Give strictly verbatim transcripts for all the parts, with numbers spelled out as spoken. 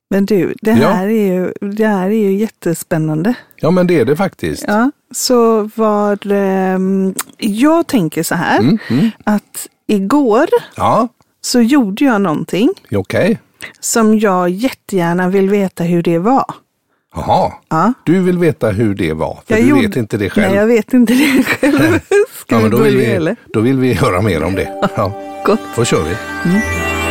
Men du, det här, ja. är ju, det här är ju jättespännande. Ja, men det är det faktiskt. Ja, så vad... Eh, jag tänker så här, mm, mm. att igår ja. så gjorde jag någonting. Okej. Okay. Som jag jättegärna vill veta hur det var. Jaha, ja. Du vill veta hur det var, för jag du gjorde... vet inte det själv. Nej, jag vet inte det själv. Ska ja, men vi då, vill vi, eller? då vill vi höra mer om det. Ja. Gott. Då kör vi. Mm.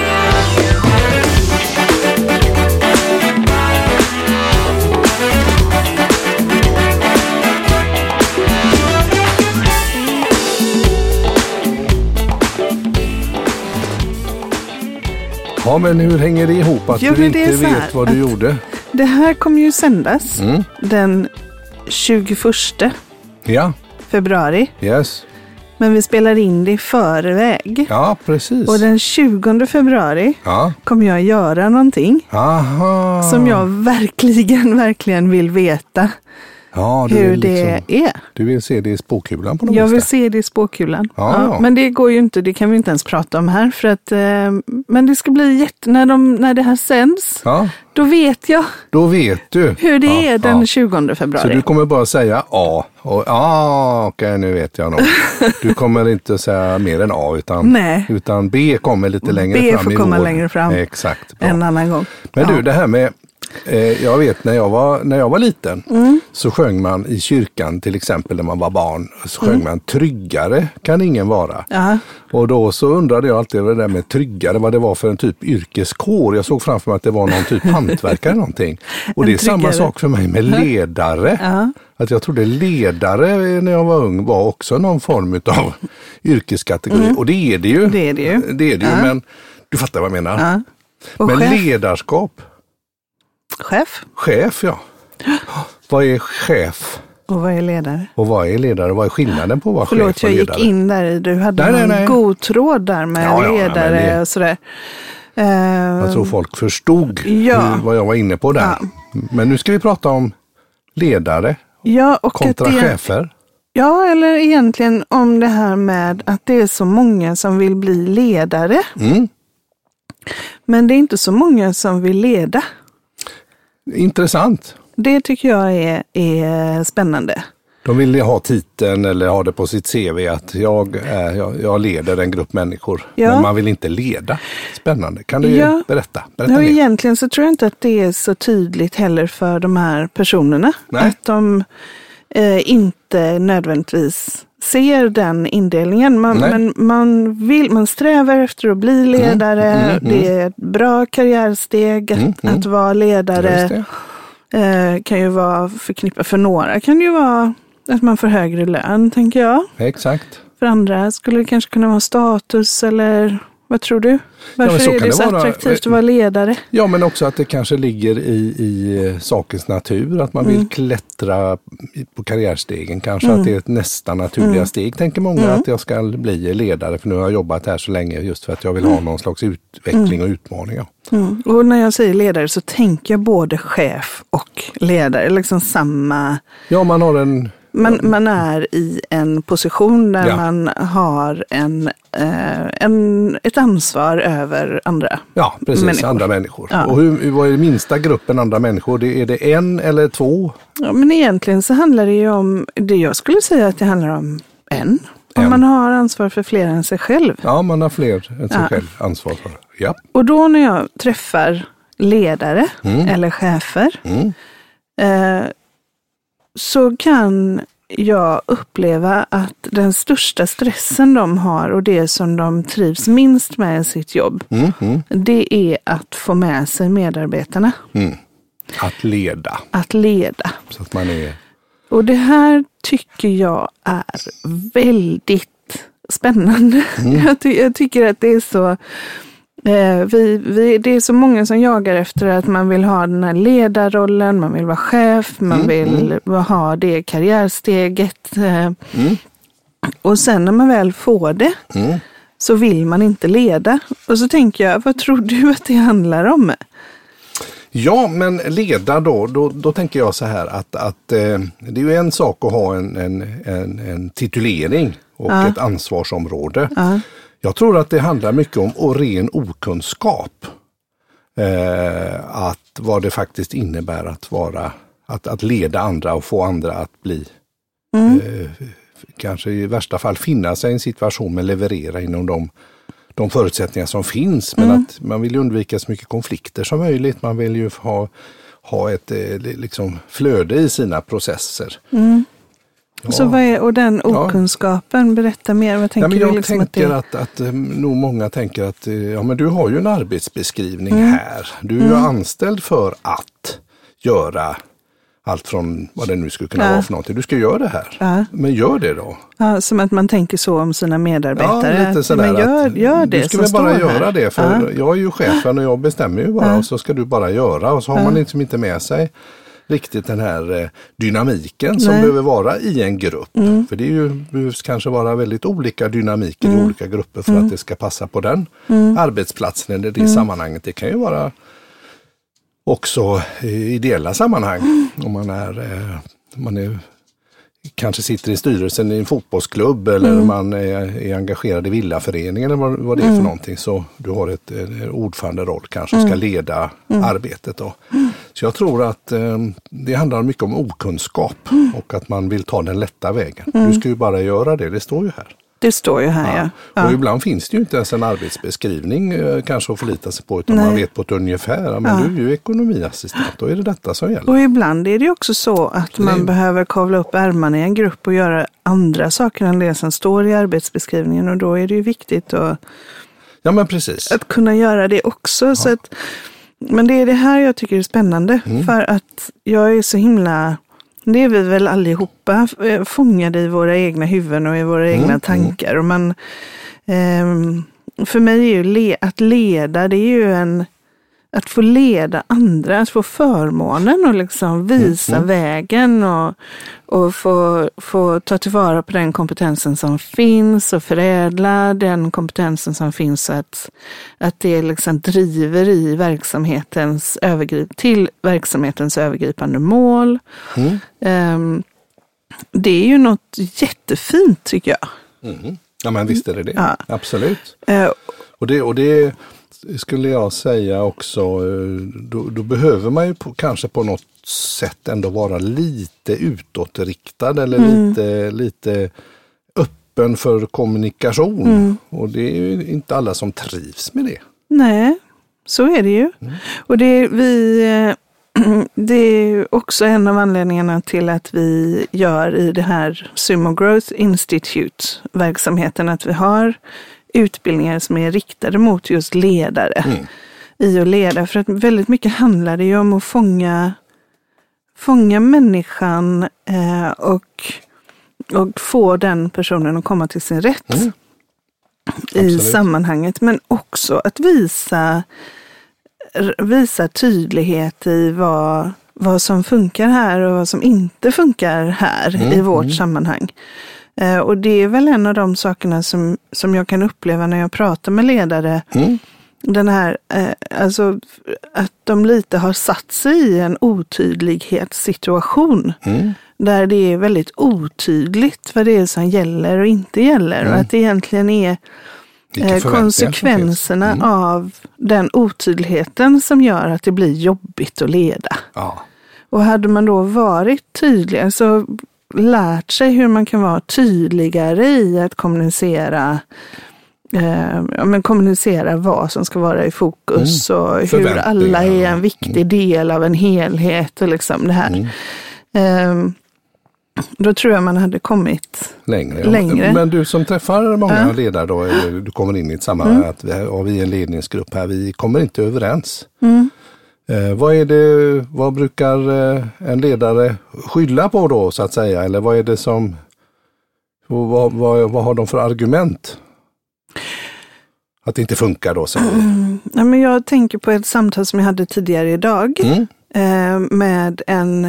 Ja, men hur hänger det ihop att jo, du inte vet här, vad du gjorde? Det här kommer ju sändas mm. den tjugoförsta ja. februari. Yes. Men vi spelar in det i förväg. Ja, precis. Och den tjugonde februari ja. kommer jag göra någonting. Aha. Som jag verkligen, verkligen vill veta. Ja, hur det liksom, är. Du vill se det i spåkulan på något Jag vis vill där. se det i spåkulan. Ja, ja, ja. Men det går ju inte, det kan vi inte ens prata om här. För att, eh, men det ska bli jätte, när, de, när det här sänds, ja. då vet jag då vet du. hur det ja, är den ja. tjugonde februari. Så du kommer bara säga A. Och ja, okej, okay, nu vet jag nog. Du kommer inte säga mer än A, utan, Nej. utan B kommer lite längre B fram får i komma vår. längre fram. Exakt. Bra. En annan gång. Men ja. du, det här med Eh, jag vet när jag var, när jag var liten mm. så sjöng man i kyrkan till exempel när man var barn, så sjöng mm. man tryggare kan ingen vara. Ja. Och då så undrade jag alltid över det där med tryggare, vad det var för en typ yrkeskår. Jag såg framför mig att det var någon typ hantverkare eller någonting. Och det är tryggare. Samma sak för mig med ledare. Ja. Att jag trodde ledare när jag var ung var också någon form av yrkeskategori. Mm. Och det är det ju. Det är det ju. Det är det ju, ja. men du fattar vad jag menar. Ja. Och men chef. ledarskap. Chef. Chef, ja. Vad är chef? Och vad är ledare? Och vad är ledare? Vad är skillnaden på vad Förlåt, chef och jag ledare? gick in där i, du hade nej, en nej, nej. god tråd där med ja, ja, ledare det... och sådär. Uh, jag tror folk förstod ja. hur, vad jag var inne på där. Ja. Men nu ska vi prata om ledare ja, och kontra att det... chefer. Ja, eller egentligen om det här med att det är så många som vill bli ledare. Mm. Men det är inte så många som vill leda. Intressant. Det tycker jag är, är spännande. De vill ha titeln eller ha det på sitt C V att jag, är, jag, jag leder en grupp människor. Ja. Men man vill inte leda. Spännande. Kan du ja. berätta? berätta ja, mer. egentligen så tror jag inte att det är så tydligt heller för de här personerna. Nej. Att de eh, inte nödvändigtvis ser den indelningen. Man, men man, vill, man strävar efter att bli ledare. Mm, mm, mm. Det är ett bra karriärsteg att, mm, mm. att vara ledare. Eh, kan ju vara förknippat för några. Kan det ju vara att man får högre lön, tänker jag. Exakt. För andra skulle det kanske kunna vara status eller vad tror du? Varför ja, är det, det så vara, attraktivt att vara ledare? Ja, men också att det kanske ligger i, i sakens natur. Att man vill mm. klättra på karriärstegen. Kanske mm. att det är ett nästa naturliga mm. steg. Tänker många mm. att jag ska bli ledare. För nu har jag jobbat här så länge just för att jag vill mm. ha någon slags utveckling och utmaningar. Mm. Och när jag säger ledare så tänker jag både chef och ledare. Liksom samma... Ja, man har en... Man, man är i en position där ja. man har en, eh, en, ett ansvar över andra Ja, precis. människor. Andra människor. Ja. Och hur, vad är det minsta gruppen andra människor? Det, är det en eller två? Ja, men egentligen så handlar det ju om, det jag skulle säga att det handlar om en. Om en. Man har ansvar för fler än sig själv. Ja, man har fler än sig ja. själv ansvar för. Ja. Och då när jag träffar ledare mm. eller chefer mm. eh, så kan jag uppleva att den största stressen de har och det som de trivs minst med i sitt jobb, mm, mm. det är att få med sig medarbetarna. Mm. Att leda. Att leda. Så att man är... Och det här tycker jag är väldigt spännande. Mm. Jag, ty- jag tycker att det är så... Eh, vi, vi, det är så många som jagar efter att man vill ha den här ledarrollen, man vill vara chef, man mm, vill mm. ha det karriärsteget. Eh, mm. Och sen när man väl får det mm. så vill man inte leda. Och så tänker jag, vad tror du att det handlar om? Ja, men leda då, då, då tänker jag så här att, att eh, det är ju en sak att ha en, en, en, en titulering och ja. ett ansvarsområde. Ja. Jag tror att det handlar mycket om ren okunskap. Eh, att vad det faktiskt innebär att vara, att, att leda andra och få andra att bli, mm. eh, kanske i värsta fall finna sig i en situation med leverera inom de, de förutsättningar som finns. Men mm. att man vill undvika så mycket konflikter som möjligt. Man vill ju ha, ha ett eh, liksom flöde i sina processer. Mm. Ja. Så vad är, och den okunskapen, ja. Berätta mer, vad tänker ja, men jag du? Liksom tänker att, det... att, att nog många tänker att ja, men du har ju en arbetsbeskrivning mm. här. Du är mm. ju anställd för att göra allt från vad det nu skulle kunna ja. vara för någonting. Du ska göra det här. Ja. Men gör det då. Ja, som att man tänker så om sina medarbetare. Ja, lite sådär. Men gör, gör det du ska väl bara göra här. det. För ja. jag är ju chefen och jag bestämmer ju bara. Ja. Och så ska du bara göra. Och så har ja. man liksom inte med sig riktigt den här eh, dynamiken som Nej. behöver vara i en grupp. Mm. För det är ju, behövs kanske vara väldigt olika dynamiker mm. i olika grupper för mm. att det ska passa på den mm. arbetsplatsen eller det mm. sammanhanget. Det kan ju vara också i ideella sammanhang. Mm. Om man är, eh, man är kanske sitter i styrelsen i en fotbollsklubb eller mm. man är, är engagerad i villaföreningen eller vad, vad det är mm. för någonting. Så du har ett, ett ordföranderoll kanske mm. ska leda mm. arbetet då. Mm. Så jag tror att eh, det handlar mycket om okunskap mm. och att man vill ta den lätta vägen. Mm. Du ska ju bara göra det, det står ju här. Det står ju här, ja. ja. Och ja. ibland finns det ju inte ens en arbetsbeskrivning eh, kanske att förlita sig på utan Nej. man vet på ett ungefär. Men ja. du är ju ekonomiassistent, då är det detta som gäller. Och ibland är det också så att man Nej. behöver kavla upp ärmarna i en grupp och göra andra saker än det som står i arbetsbeskrivningen. Och då är det ju viktigt att, ja, men precis. att kunna göra det också. Ja. Så att, men det är det här jag tycker är spännande. Mm. För att jag är så himla... Det är vi väl allihopa fångade i våra egna huvuden och i våra mm, egna tankar. Och man, eh, för mig är ju le, att leda, det är ju en, att få leda andra, att få förmånen och liksom visa mm, vägen och, och få, få ta tillvara på den kompetensen som finns och förädla den kompetensen som finns så att, att det liksom driver i verksamhetens övergrip, till verksamhetens övergripande mål. Mm. Um, det är ju något jättefint tycker jag. Mm. Ja men visst är det det, ja. Absolut. Uh, och det, och det skulle jag säga också, då, då behöver man ju på, kanske på något sätt ändå vara lite utåtriktad eller mm. lite, lite öppen för kommunikation. Mm. Och det är ju inte alla som trivs med det. Nej, så är det ju. Mm. Och det, vi, det är också en av anledningarna till att vi gör i det här Sumo Growth Institute-verksamheten att vi har utbildningar som är riktade mot just ledare mm. i att leda. För att väldigt mycket handlar det ju om att fånga, fånga människan eh, och, och få den personen att komma till sin rätt mm. i Absolut. sammanhanget. Men också att visa, visa tydlighet i vad, vad som funkar här och vad som inte funkar här mm. i vårt mm. sammanhang. Uh, och det är väl en av de sakerna som, som jag kan uppleva när jag pratar med ledare. Mm. Den här, uh, alltså att de lite har satt sig i en otydlighetssituation. Mm. Där det är väldigt otydligt vad det är som gäller och inte gäller. Mm. Och att det egentligen är uh, konsekvenserna mm. av den otydligheten som gör att det blir jobbigt att leda. Ja. Och hade man då varit tydlig, alltså lärt sig hur man kan vara tydligare i att kommunicera eh, ja, men kommunicera vad som ska vara i fokus mm. och hur alla är en viktig mm. del av en helhet och liksom det här. Mm. Eh, då tror jag man hade kommit längre. längre. Men du som träffar många ja. ledare då, eller du kommer in i ett sammanhang mm. att vi har vi en ledningsgrupp här, vi kommer inte överens. Mm. Eh, vad är det, vad brukar eh, en ledare skylla på då så att säga? Eller vad är det som, vad, vad, vad har de för argument? Att det inte funkar då? Så. Mm. Ja, men jag tänker på ett samtal som jag hade tidigare idag mm. eh, med en,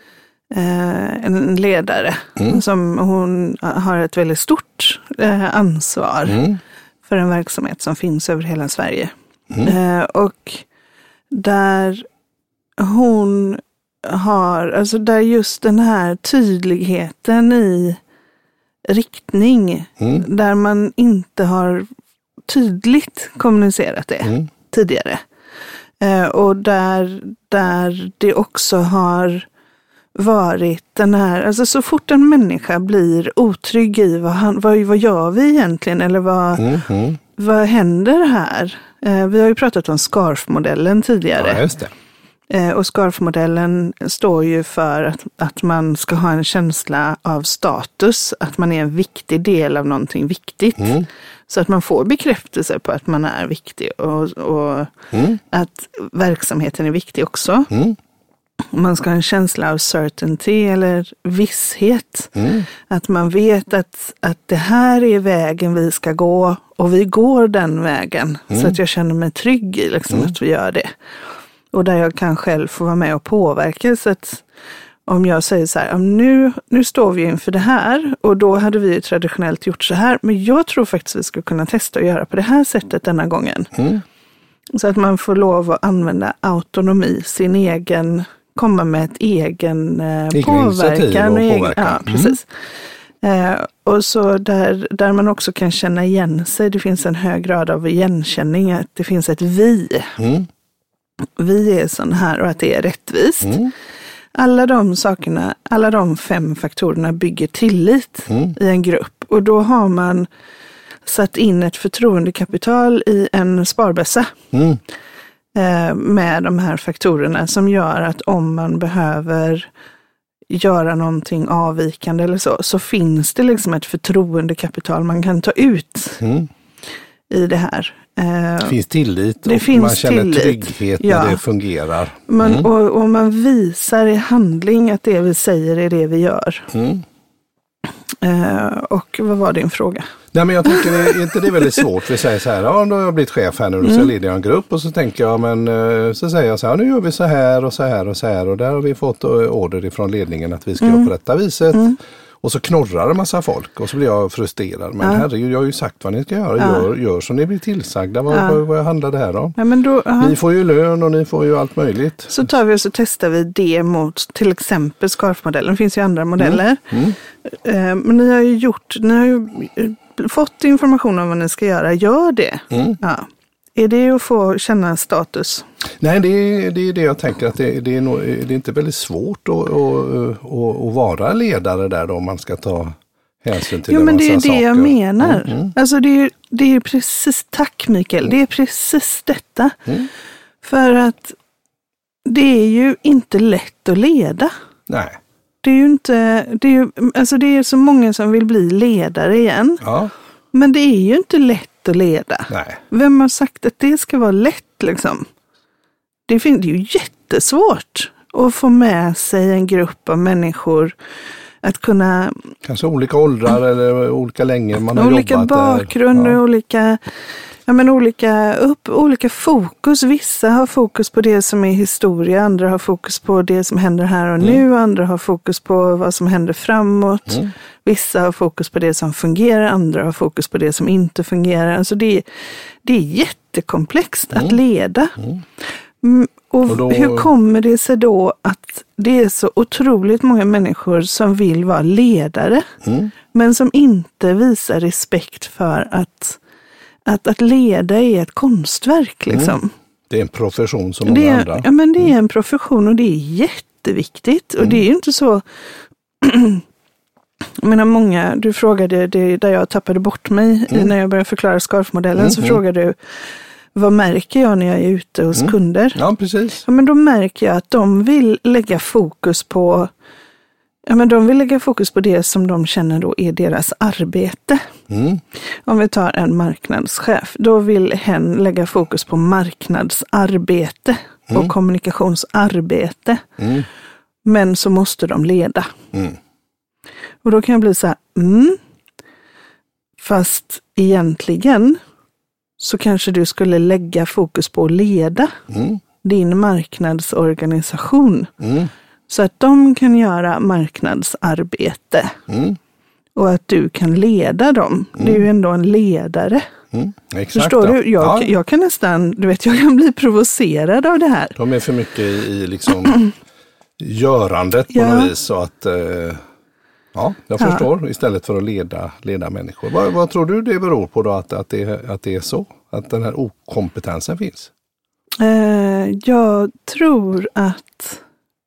eh, en ledare mm. som hon har ett väldigt stort eh, ansvar mm. för en verksamhet som finns över hela Sverige. Mm. Eh, och där hon har, alltså där just den här tydligheten i riktning, mm. där man inte har tydligt kommunicerat det mm. tidigare. Eh, och där, där det också har varit den här, alltså så fort en människa blir otrygg i vad, han, vad, vad gör vi egentligen eller vad, mm-hmm. vad händer här? Eh, vi har ju pratat om SCARF-modellen tidigare. Ja, just det. Eh, och SCARF-modellen står ju för att, att man ska ha en känsla av status, att man är en viktig del av någonting viktigt. Mm. Så att man får bekräftelse på att man är viktig och, och mm. att verksamheten är viktig också. Mm. Man ska ha en känsla av certainty eller visshet. Mm. Att man vet att, att det här är vägen vi ska gå och vi går den vägen. Mm. Så att jag känner mig trygg i liksom, mm. att vi gör det. Och där jag kan själv få vara med och påverka. Så att om jag säger så här, nu, nu står vi inför det här och då hade vi ju traditionellt gjort så här. Men jag tror faktiskt vi skulle kunna testa att göra på det här sättet denna gången. Mm. Så att man får lov att använda autonomi, sin egen, komma med ett egen eh, påverkan. Och egen, ja, precis. Mm. Eh, och så där, där man också kan känna igen sig, det finns en hög grad av igenkänning, att det finns ett vi. Mm. Vi är sån här och att det är rättvist. Mm. Alla de sakerna, alla de fem faktorerna bygger tillit mm. i en grupp. Och då har man satt in ett förtroendekapital i en sparbössa mm. eh, med de här faktorerna som gör att om man behöver göra någonting avvikande eller så, så finns det liksom ett förtroendekapital man kan ta ut mm. i det här. Det finns tillit det och finns man känner tillit. Trygghet när ja. det fungerar. Man, mm. och, och man visar i handling att det vi säger är det vi gör. Mm. Uh, och vad var din fråga? Nej, men jag tycker det är inte det är väldigt svårt. Vi säger så här, ja, då har jag blivit chef här nu och så mm. leder jag en grupp och så tänker jag, men så säger jag så här, nu gör vi så här och så här och så här och där har vi fått order ifrån ledningen att vi ska mm. göra på detta viset. Mm. Och så knorrar en massa folk och så blir jag frustrerad. Men ja. herregud, jag har ju sagt vad ni ska göra. Ja. Gör, gör som ni blir tillsagda. Vad, ja. vad, vad handlar det här om? Ja, men då, ni får ju lön och ni får ju allt möjligt. Så tar vi och så testar vi det mot till exempel SCARF-modellen. Det finns ju andra modeller. Mm. Mm. Men ni har ju gjort, ni har ju fått information om vad ni ska göra. Gör det. Mm. Ja. Är det att få känna status? Nej, det är det, är det jag tänker att det, det, är nog, det är inte väldigt svårt att, att, att, att vara ledare där då, om man ska ta hänsyn till jo, en men massa det är saker. det jag menar. Mm, mm. Alltså det är, det är precis, tack Mikael, det är precis detta. Mm. För att det är ju inte lätt att leda. Nej. Det är ju inte, det är ju, alltså det är så många som vill bli ledare igen. Ja. Men det är ju inte lätt att leda. Nej. Vem har sagt att det ska vara lätt liksom? Det, fin- det är ju jättesvårt att få med sig en grupp av människor att kunna... Kanske olika åldrar eller olika länge man har olika jobbat. Olika bakgrunder, ja. olika, ja, men olika, upp, olika fokus. Vissa har fokus på det som är historia, andra har fokus på det som händer här och nu, mm. andra har fokus på vad som händer framåt. Mm. Vissa har fokus på det som fungerar, andra har fokus på det som inte fungerar. Alltså det, det är jättekomplext mm. att leda. Mm. Och, och då... hur kommer det sig då att det är så otroligt många människor som vill vara ledare mm. men som inte visar respekt för att, att, att leda är ett konstverk liksom. Mm. Det är en profession som många det är, andra. Ja, men det är en profession och det är jätteviktigt. Mm. Och det är ju inte så... Jag menar många, du frågade det där jag tappade bort mig mm. när jag började förklara SCARF-modellen mm. så mm. frågade du vad märker jag när jag är ute hos mm. kunder? Ja, precis. Ja, men då märker jag att de vill lägga fokus på ja, men de vill lägga fokus på det som de känner då är deras arbete. Mm. Om vi tar en marknadschef, då vill hen lägga fokus på marknadsarbete mm. och kommunikationsarbete. Mm. Men så måste de leda. Mm. Och då kan jag bli så här, mm, fast egentligen så kanske du skulle lägga fokus på att leda mm. din marknadsorganisation. Mm. Så att de kan göra marknadsarbete. Mm. Och att du kan leda dem. Mm. Det är ju ändå en ledare. Mm. Exakt, förstår du? Jag, ja. jag kan nästan, du vet, jag kan bli provocerad av det här. De är för mycket i liksom görandet på ja. något vis. Så att... Eh... Ja, jag ja. förstår. Istället för att leda, leda människor. Vad, vad tror du det beror på då att, att, det, att det är så? Att den här okompetensen finns? Eh, jag tror att...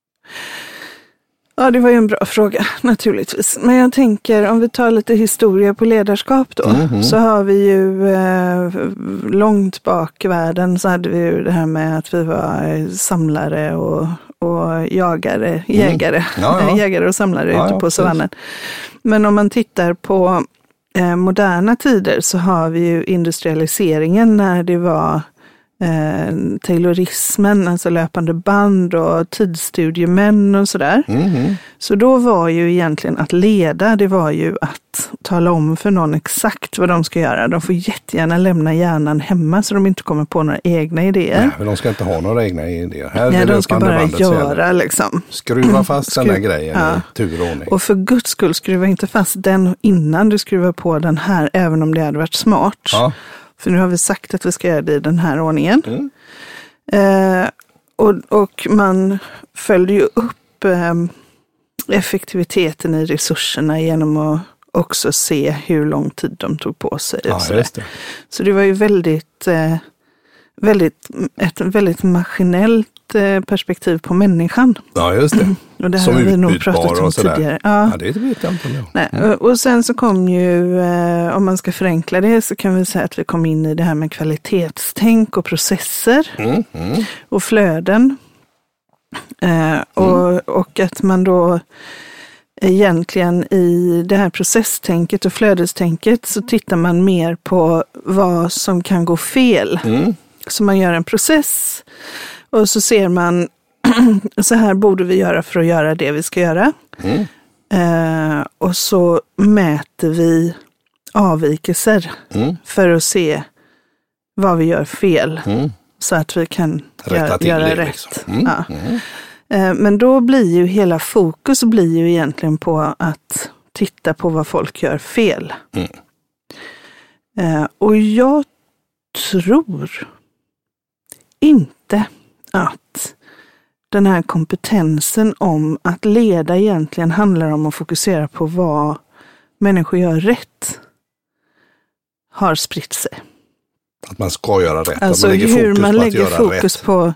Ja, det var ju en bra fråga naturligtvis. Men jag tänker, om vi tar lite historia på ledarskap då. Mm-hmm. Så har vi ju eh, långt bak i världen så hade vi ju det här med att vi var samlare och, och jagare, jägare. Mm. Ja, ja. jägare och samlare ja, ute på ja, savannen. Men om man tittar på eh, moderna tider så har vi ju industrialiseringen när det var Eh, taylorismen, alltså löpande band och tidsstudiemän och sådär. Mm-hmm. Så då var ju egentligen att leda, det var ju att tala om för någon exakt vad de ska göra. De får jättegärna lämna hjärnan hemma så de inte kommer på några egna idéer. Nej, men de ska inte ha några egna idéer. Här ja, de ska bara göra liksom. Skruva fast Skru- den här grejen ja. i tur och ordning. Och för guds skull, skruva inte fast den innan du skruvar på den här, även om det hade varit smart. Ja. För nu har vi sagt att vi ska göra det i den här ordningen. Mm. Eh, och, och man följde ju upp eh, effektiviteten i resurserna genom att också se hur lång tid de tog på sig. Ja, så, just det. så det var ju väldigt, eh, väldigt, ett väldigt maskinellt eh, perspektiv på människan. Ja, just det. Och det här som har vi nog pratat om tidigare. Ja. ja, det vet jag inte om jag. Nej. Mm. Och sen så kom ju, eh, om man ska förenkla det, så kan vi säga att vi kom in i det här med kvalitetstänk och processer mm. Mm. och flöden. Eh, och, mm. och att man då egentligen i det här processtänket och flödestänket så tittar man mer på vad som kan gå fel. Mm. Så man gör en process och så ser man så här borde vi göra för att göra det vi ska göra. Mm. Eh, och så mäter vi avvikelser mm. för att se vad vi gör fel. Mm. Så att vi kan Rätta gö- göra rätt. Liksom. Mm. Ja. Mm. Eh, men då blir ju hela fokus blir ju egentligen på att titta på vad folk gör fel. Mm. Eh, och jag tror inte att den här kompetensen om att leda egentligen handlar om att fokusera på vad människor gör rätt har spritt sig. Att man ska göra rätt. Alltså man hur man lägger fokus rätt. på,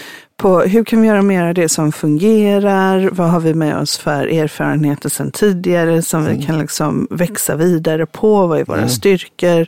på hur kan vi göra mer av det som fungerar, vad har vi med oss för erfarenheter sedan tidigare som mm. vi kan liksom växa vidare på, vad är våra mm. styrkor.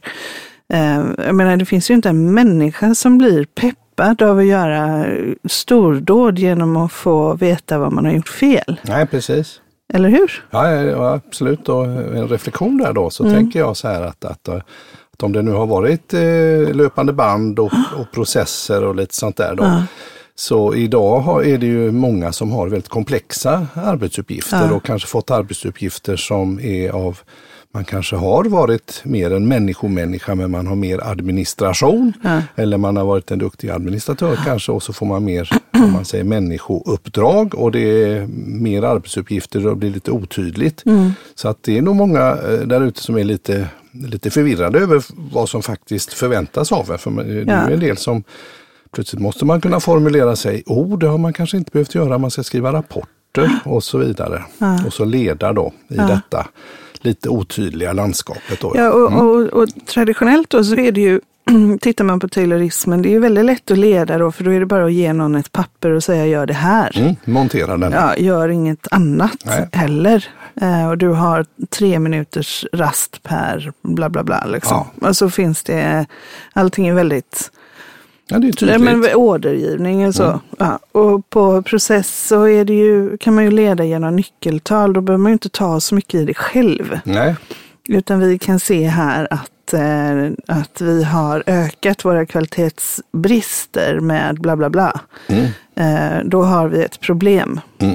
Eh, jag menar, det finns ju inte en människa som blir pepp av att göra stordåd genom att få veta vad man har gjort fel. Nej, precis. Eller hur? Ja, ja absolut. Och en reflektion där då så mm. tänker jag så här att, att, att om det nu har varit eh, löpande band och, och processer och lite sånt där då. Ja. Så idag har, är det ju många som har väldigt komplexa arbetsuppgifter ja. och kanske fått arbetsuppgifter som är av man kanske har varit mer en människomänniska men man har mer administration. Ja. Eller man har varit en duktig administratör kanske och så får man mer om man säger människouppdrag och det är mer arbetsuppgifter och det blir lite otydligt. Mm. Så att det är nog många där ute som är lite, lite förvirrade över vad som faktiskt förväntas av en. För det är ja. ju en del som plötsligt måste man kunna formulera sig. Oh, det har man kanske inte behövt göra. Man ska skriva rapporter och så vidare. Ja. Och så leda då i ja. detta lite otydliga landskapet. Då. Ja, och, mm. och, och traditionellt då så är det ju, tittar man på taylorismen, det är ju väldigt lätt att leda då, för då är det bara att ge någon ett papper och säga gör det här. Mm, montera den. Ja, gör inget annat Nej. heller. Eh, och du har tre minuters rast per bla bla bla liksom. Ja. Och så finns det, allting är väldigt... Ja, det är tydligt. Nej, men ordergivning och så. Mm. Ja, och på process så är det ju, kan man ju leda genom nyckeltal. Då behöver man ju inte ta så mycket i det själv. Nej. Utan vi kan se här att, eh, att vi har ökat våra kvalitetsbrister med bla bla bla. Mm. Eh, då har vi ett problem. Mm.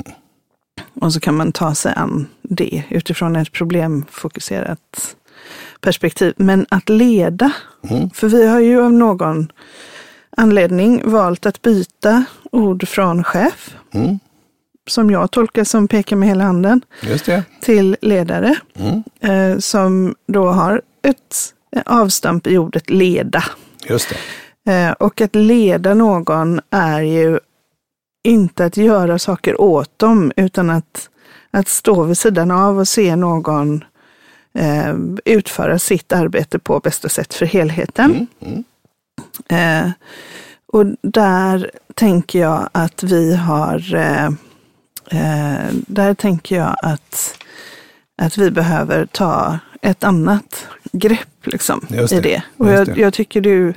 Och så kan man ta sig an det utifrån ett problemfokuserat perspektiv. Men att leda, mm. för vi har ju av någon anledning valt att byta ord från chef, mm. som jag tolkar som pekar med hela handen, Just det. till ledare, mm. eh, som då har ett avstamp i ordet leda. Just det. Eh, och att leda någon är ju inte att göra saker åt dem, utan att, att stå vid sidan av och se någon eh, utföra sitt arbete på bästa sätt för helheten. Mm. Mm. Eh, Och där tänker jag att vi har, eh, eh, där tänker jag att, att vi behöver ta ett annat grepp liksom, det. i det. Och jag, det. jag tycker du,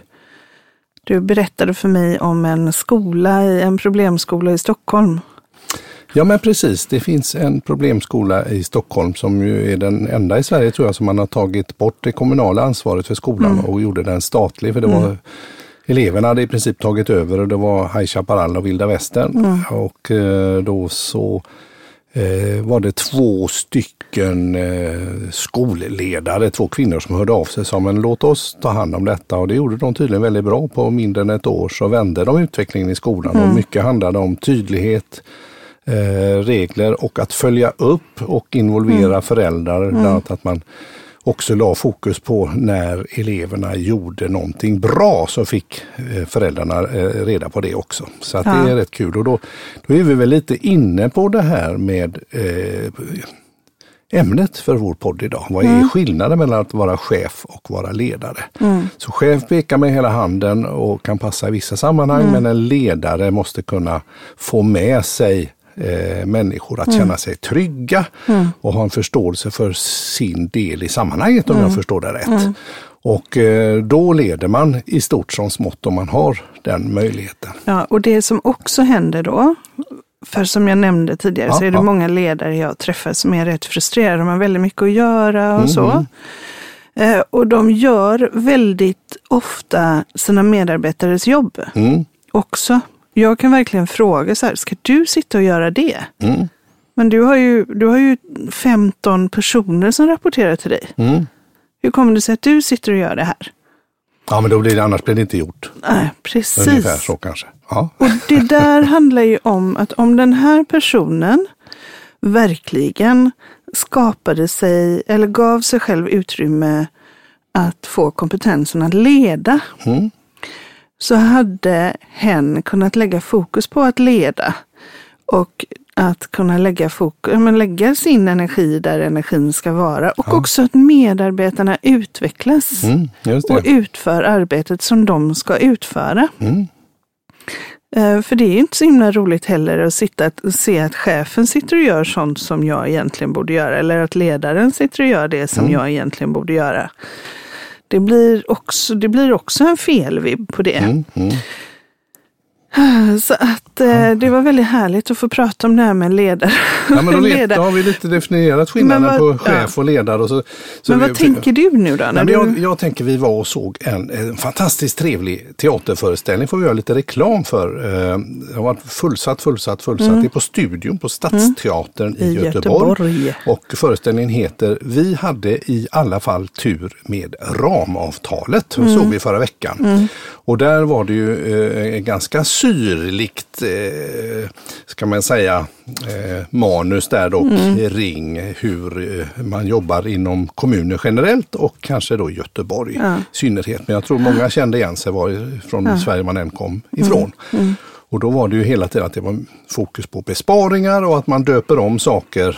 du berättade för mig om en skola, i en problemskola i Stockholm. Ja men precis, det finns en problemskola i Stockholm som ju är den enda i Sverige tror jag som man har tagit bort det kommunala ansvaret för skolan mm. och gjorde den statlig, för det mm. var eleverna hade i princip tagit över och det var High Chaparral och Vilda Västern mm. och eh, då så eh, var det två stycken eh, skolledare, två kvinnor som hörde av sig som men låt oss ta hand om detta, och det gjorde de tydligen väldigt bra. På mindre än ett år så vände de utvecklingen i skolan mm. och mycket handlade om tydlighet, eh, regler och att följa upp och involvera mm. föräldrar, mm. bland annat att man också la fokus på när eleverna gjorde någonting bra så fick föräldrarna reda på det också. Så att ja. det är rätt kul. Och då, då är vi väl lite inne på det här med eh, ämnet för vår podd idag. Vad är mm. skillnaden mellan att vara chef och vara ledare? Mm. Så chef pekar med hela handen och kan passa i vissa sammanhang mm. men en ledare måste kunna få med sig Eh, människor att mm. känna sig trygga mm. och ha en förståelse för sin del i sammanhanget om mm. jag förstår det rätt. Mm. Och eh, då leder man i stort som smått om man har den möjligheten. Ja, och det som också händer då, för som jag nämnde tidigare ja, så är det ja. många ledare jag träffar som är rätt frustrerade, de har väldigt mycket att göra och mm. så. Eh, och de gör väldigt ofta sina medarbetares jobb mm. också. Jag kan verkligen fråga så här, ska du sitta och göra det? Mm. Men du har ju, du har ju femton personer som rapporterar till dig. Mm. Hur kommer det sig att du sitter och gör det här? Ja, men då blir det, annars blir det inte gjort. Nej, precis. Ungefär så kanske. Ja. Och det där handlar ju om att om den här personen verkligen skapade sig eller gav sig själv utrymme att få kompetensen att leda. Mm. Så hade hen kunnat lägga fokus på att leda och att kunna lägga, fokus, men lägga sin energi där energin ska vara och ja. också att medarbetarna utvecklas mm, och utför arbetet som de ska utföra. Mm. Uh, för det är ju inte så himla roligt heller att sitta och se att chefen sitter och gör sånt som jag egentligen borde göra eller att ledaren sitter och gör det som mm. jag egentligen borde göra. Det blir också, det blir också en felvibb på det. Mm, mm. Så att eh, det var väldigt härligt att få prata om det här med ledare. Ja, men då, vet, då har vi lite definierat skillnaden vad, på chef ja. och ledare. Och så, så men vad vi, tänker du nu då? När nej, du... jag, jag tänker vi var och såg en, en fantastiskt trevlig teaterföreställning. Får vi göra lite reklam för. Det har varit fullsatt, fullsatt, fullsatt. Mm. Det är på Studion på Stadsteatern mm. i, I Göteborg. Göteborg. Och föreställningen heter Vi hade i alla fall tur med ramavtalet. Mm. såg vi förra veckan. Mm. Och där var det ju eh, ganska syrligt, eh, ska man säga, eh, manus där och mm. ring hur eh, man jobbar inom kommuner generellt och kanske då Göteborg ja. i synnerhet. Men jag tror många kände igen sig varifrån ja. Sverige man än kom ifrån. Mm. Mm. Och då var det ju hela tiden att det var fokus på besparingar och att man döper om saker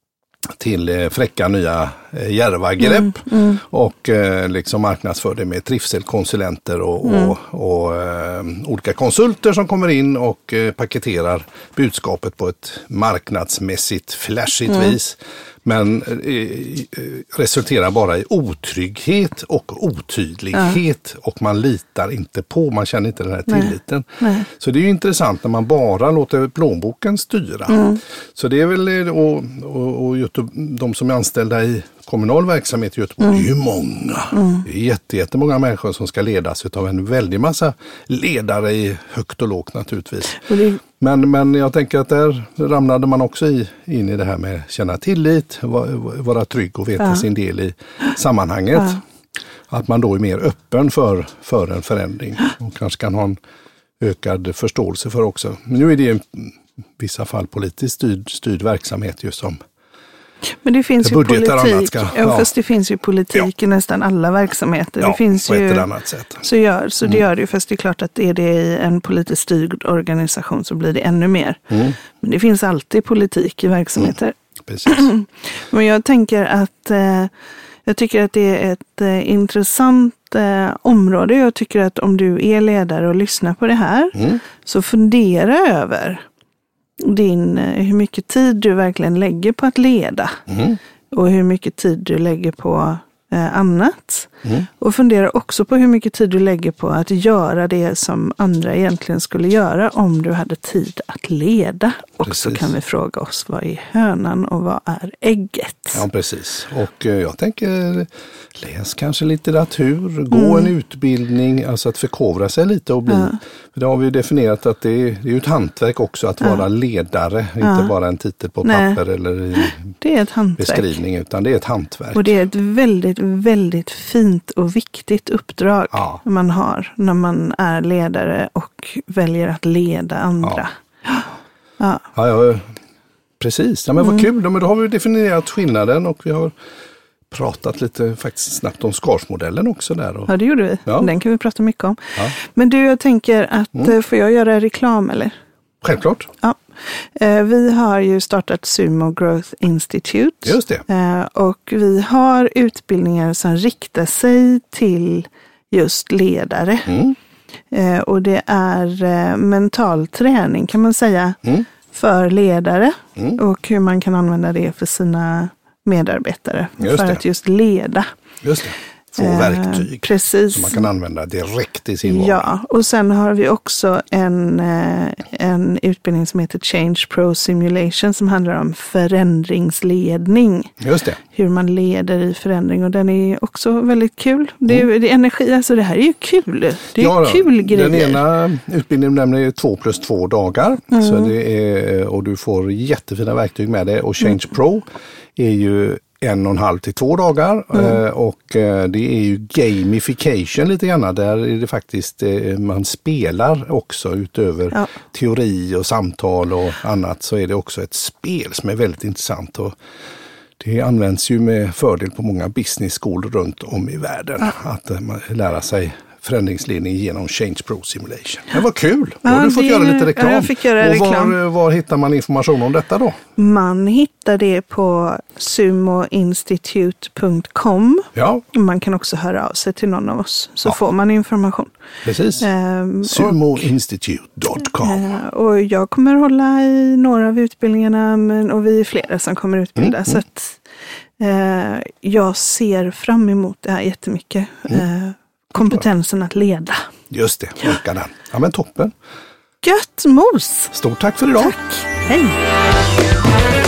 till eh, fräcka nya eh, djärva grepp mm, mm. och eh, liksom marknadsför det med trivselkonsulenter och, mm. och, och eh, olika konsulter som kommer in och eh, paketerar budskapet på ett marknadsmässigt flashigt mm. vis. Men eh, resulterar bara i otrygghet och otydlighet ja. och man litar inte på, man känner inte den här tilliten. Nej. Nej. Så det är ju intressant när man bara låter plånboken styra. Mm. Så det är väl, och, och, och Göteborg, de som är anställda i kommunal verksamhet i Göteborg, mm. det är ju många. Mm. Det är jätte, jättemånga människor som ska ledas av en väldig massa ledare i högt och lågt naturligtvis. Och det... Men, men jag tänker att där ramlade man också i, in i det här med känna tillit, vara, vara trygg och veta ja. sin del i sammanhanget. Ja. Att man då är mer öppen för, för en förändring och kanske kan ha en ökad förståelse för också. Men nu är det i vissa fall politiskt styrd, styrd verksamhet just som men det finns det ju politik, ska, ja, ja. fast det finns ju politik ja. i nästan alla verksamheter. Ja, det finns på ju, ett eller annat sätt. Så, gör, så mm. det gör det ju, fast det är klart att är det i en politiskt styrd organisation så blir det ännu mer. Mm. Men det finns alltid politik i verksamheter. Mm. Precis. Men jag tänker att, eh, Jag tycker att det är ett eh, intressant eh, område. Jag tycker att om du är ledare och lyssnar på det här mm. så fundera över din, eh, hur mycket tid du verkligen lägger på att leda mm. och hur mycket tid du lägger på eh, annat. Mm. Och fundera också på hur mycket tid du lägger på att göra det som andra egentligen skulle göra om du hade tid att leda. Och precis. Så kan vi fråga oss, vad är hönan och vad är ägget? Ja, precis. Och eh, jag tänker, läs kanske litteratur, gå mm. en utbildning, alltså att förkovra sig lite och bli. Ja. För det har vi ju definierat att det är, det är ett hantverk också att ja. vara ledare, ja. inte bara en titel på Nej. papper eller i det är ett hantverk. beskrivning, utan det är ett hantverk. Och det är ett väldigt, väldigt fint och viktigt uppdrag ja. man har när man är ledare och väljer att leda andra. Ja, ja. ja, ja precis. Ja, men vad mm. kul. Men då har vi definierat skillnaden och vi har pratat lite faktiskt snabbt om Scars-modellen också där. Och... Ja, det gjorde vi. Ja. Den kan vi prata mycket om. Ja. Men du, jag tänker att, mm. får jag göra reklam eller? Självklart. Ja. Vi har ju startat Sumo Growth Institute. Just det. Och vi har utbildningar som riktar sig till just ledare. Mm. Och det är mental träning kan man säga mm. för ledare mm. och hur man kan använda det för sina medarbetare just för det. att just leda. Just det. Få verktyg eh, precis. som man kan använda direkt i sin vardag. Ja, och sen har vi också en, en utbildning som heter Change Pro Simulation som handlar om förändringsledning. Just det. Hur man leder i förändring och den är också väldigt kul. Det är, mm. det är energi, alltså det här är ju kul. Det är ja, kul grejer. Den ena utbildningen nämner två plus två dagar mm. så det är, och du får jättefina verktyg med det och Change mm. Pro är ju en och en halv till två dagar mm. och det är ju gamification lite grann. Där är det faktiskt, man spelar också utöver ja. teori och samtal och annat så är det också ett spel som är väldigt intressant och det används ju med fördel på många business-skolor runt om i världen ja. att man lära sig förändringsledning genom Change Pro Simulation. Men vad kul! Då har ja, du fått det, göra lite reklam. Ja, jag fick göra och reklam. Var, var hittar man information om detta då? Man hittar det på sumo institute punkt com. Ja. Man kan också höra av sig till någon av oss så ja. får man information. Precis. Um, sumo institute punkt com. Uh, och jag kommer hålla i några av utbildningarna men, och vi är flera som kommer utbilda mm, så att uh, jag ser fram emot det här jättemycket. Mm. Uh, kompetensen att leda. Just det, orkar den. Ja men toppen. Gött mos! Stort tack för idag. Tack, hej!